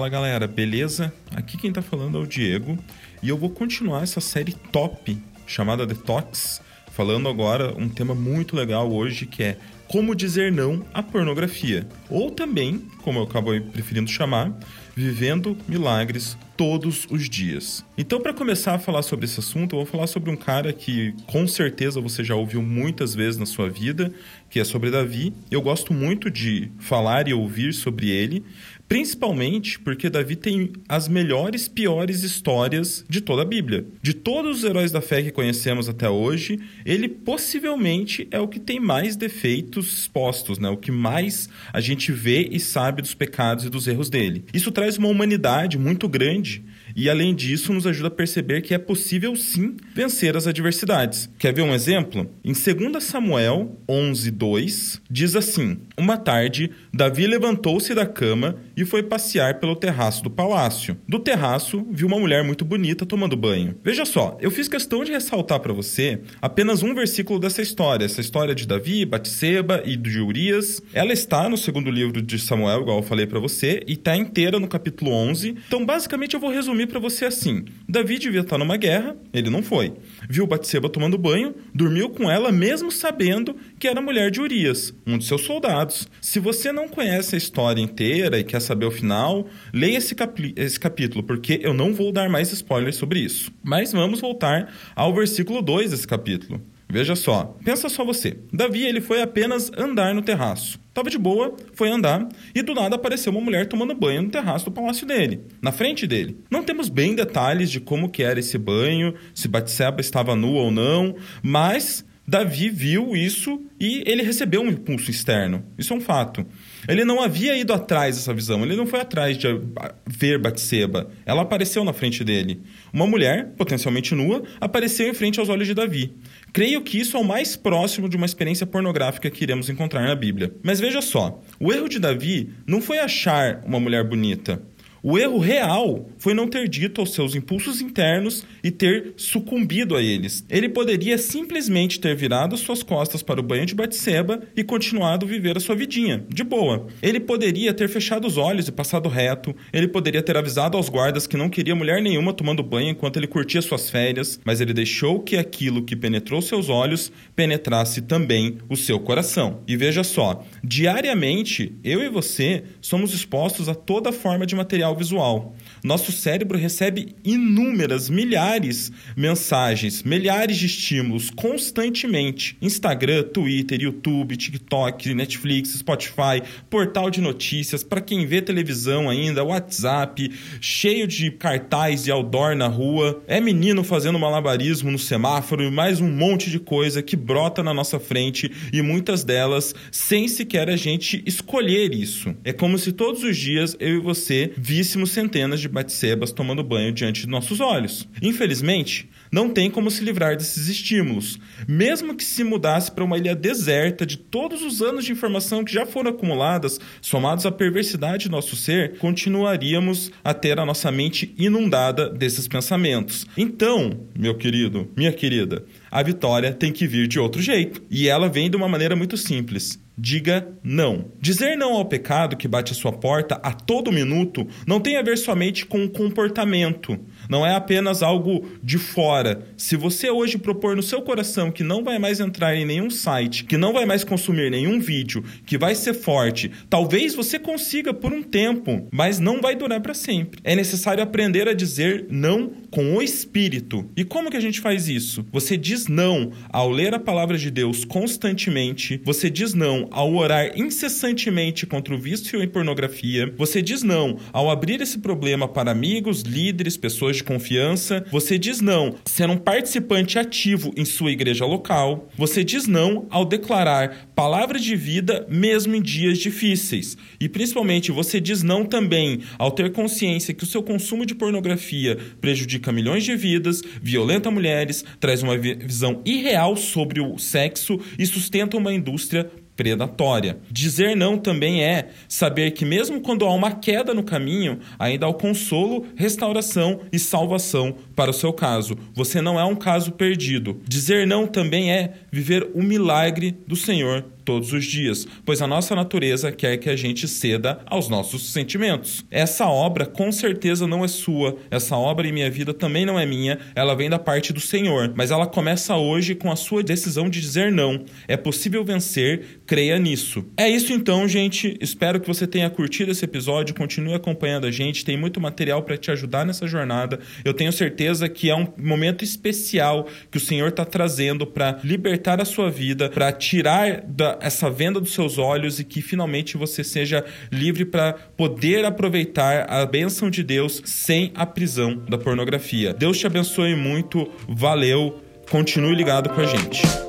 Fala galera, beleza? Aqui quem tá falando é o Diego e eu vou continuar essa série top chamada Detox, falando agora um tema muito legal hoje que é como dizer não à pornografia. Ou também, como eu acabo preferindo chamar, vivendo milagres todos os dias. Então, para começar a falar sobre esse assunto, eu vou falar sobre um cara que com certeza você já ouviu muitas vezes na sua vida, que é sobre Davi. Eu gosto muito de falar e ouvir sobre ele, principalmente porque Davi tem as melhores, piores histórias de toda a Bíblia. De todos os heróis da fé que conhecemos até hoje, ele possivelmente é o que tem mais defeitos expostos, né? O que mais a gente vê e sabe dos pecados e dos erros dele. Isso traz uma humanidade muito grande e, além disso, nos ajuda a perceber que é possível, sim, vencer as adversidades. Quer ver um exemplo? Em 2 Samuel 11:2, diz assim: Uma tarde, Davi levantou-se da cama e foi passear pelo terraço do palácio. Do terraço, viu uma mulher muito bonita tomando banho. Veja só, eu fiz questão de ressaltar para você apenas um versículo dessa história. Essa história de Davi, Batseba e de Urias. Ela está no segundo livro de Samuel, igual eu falei para você, e está inteira no capítulo 11. Então, basicamente, eu vou resumir para você assim. Davi devia estar numa guerra, ele não foi. Viu Batseba tomando banho, dormiu com ela mesmo sabendo que era mulher de Urias, um de seus soldados. Se você não conhece a história inteira e quer saber o final, leia esse capítulo, porque eu não vou dar mais spoilers sobre isso. Mas vamos voltar ao versículo 2 desse capítulo. Veja só, pensa só você. Davi, ele foi apenas andar no terraço. Tava de boa, foi andar e do nada apareceu uma mulher tomando banho no terraço do palácio dele, na frente dele. Não temos bem detalhes de como que era esse banho, se Batseba estava nua ou não, mas Davi viu isso e ele recebeu um impulso externo. Isso é um fato. Ele não havia ido atrás dessa visão, ele não foi atrás de ver Batseba. Ela apareceu na frente dele. Uma mulher, potencialmente nua, apareceu em frente aos olhos de Davi. Creio que isso é o mais próximo de uma experiência pornográfica que iremos encontrar na Bíblia. Mas veja só, o erro de Davi não foi achar uma mulher bonita. O erro real foi não ter dito aos seus impulsos internos e ter sucumbido a eles. Ele poderia simplesmente ter virado suas costas para o banho de Batseba e continuado a viver a sua vidinha, de boa. Ele poderia ter fechado os olhos e passado reto. Ele poderia ter avisado aos guardas que não queria mulher nenhuma tomando banho enquanto ele curtia suas férias, mas ele deixou que aquilo que penetrou seus olhos penetrasse também o seu coração. E veja só, diariamente, eu e você somos expostos a toda forma de material visual. Nosso cérebro recebe inúmeras, milhares mensagens, milhares de estímulos constantemente. Instagram, Twitter, YouTube, TikTok, Netflix, Spotify, portal de notícias, para quem vê televisão ainda, WhatsApp, cheio de cartaz e outdoor na rua. É menino fazendo malabarismo no semáforo e mais um monte de coisa que brota na nossa frente e muitas delas sem sequer a gente escolher isso. É como se todos os dias eu e você víssemos centenas de Batsebas tomando banho diante de nossos olhos. Infelizmente, não tem como se livrar desses estímulos. Mesmo que se mudasse para uma ilha deserta de todos os anos de informação que já foram acumuladas, somados à perversidade do nosso ser, continuaríamos a ter a nossa mente inundada desses pensamentos. Então, meu querido, minha querida, a vitória tem que vir de outro jeito. E ela vem de uma maneira muito simples. Diga não. Dizer não ao pecado que bate à sua porta a todo minuto não tem a ver somente com o comportamento. Não é apenas algo de fora. Se você hoje propor no seu coração que não vai mais entrar em nenhum site, que não vai mais consumir nenhum vídeo, que vai ser forte, talvez você consiga por um tempo, mas não vai durar para sempre. É necessário aprender a dizer não com o espírito. E como que a gente faz isso? Você diz não ao ler a palavra de Deus constantemente. Você diz não ao orar incessantemente contra o vício em pornografia. Você diz não ao abrir esse problema para amigos, líderes, pessoas de confiança. Você diz não ser um participante ativo em sua igreja local. Você diz não ao declarar palavras de vida mesmo em dias difíceis. E principalmente você diz não também ao ter consciência que o seu consumo de pornografia prejudica milhões de vidas, violenta mulheres, traz uma visão irreal sobre o sexo e sustenta uma indústria predatória. Dizer não também é saber que mesmo quando há uma queda no caminho, ainda há o consolo, restauração e salvação para o seu caso. Você não é um caso perdido. Dizer não também é viver o milagre do Senhor todos os dias, pois a nossa natureza quer que a gente ceda aos nossos sentimentos. Essa obra com certeza não é sua, essa obra em minha vida também não é minha, ela vem da parte do Senhor, mas ela começa hoje com a sua decisão de dizer não. É possível vencer, creia nisso. É isso então, gente, espero que você tenha curtido esse episódio, continue acompanhando a gente, tem muito material para te ajudar nessa jornada. Eu tenho certeza que é um momento especial que o Senhor está trazendo para libertar a sua vida, para tirar essa venda dos seus olhos e que finalmente você seja livre para poder aproveitar a bênção de Deus sem a prisão da pornografia. Deus te abençoe muito, valeu, continue ligado com a gente.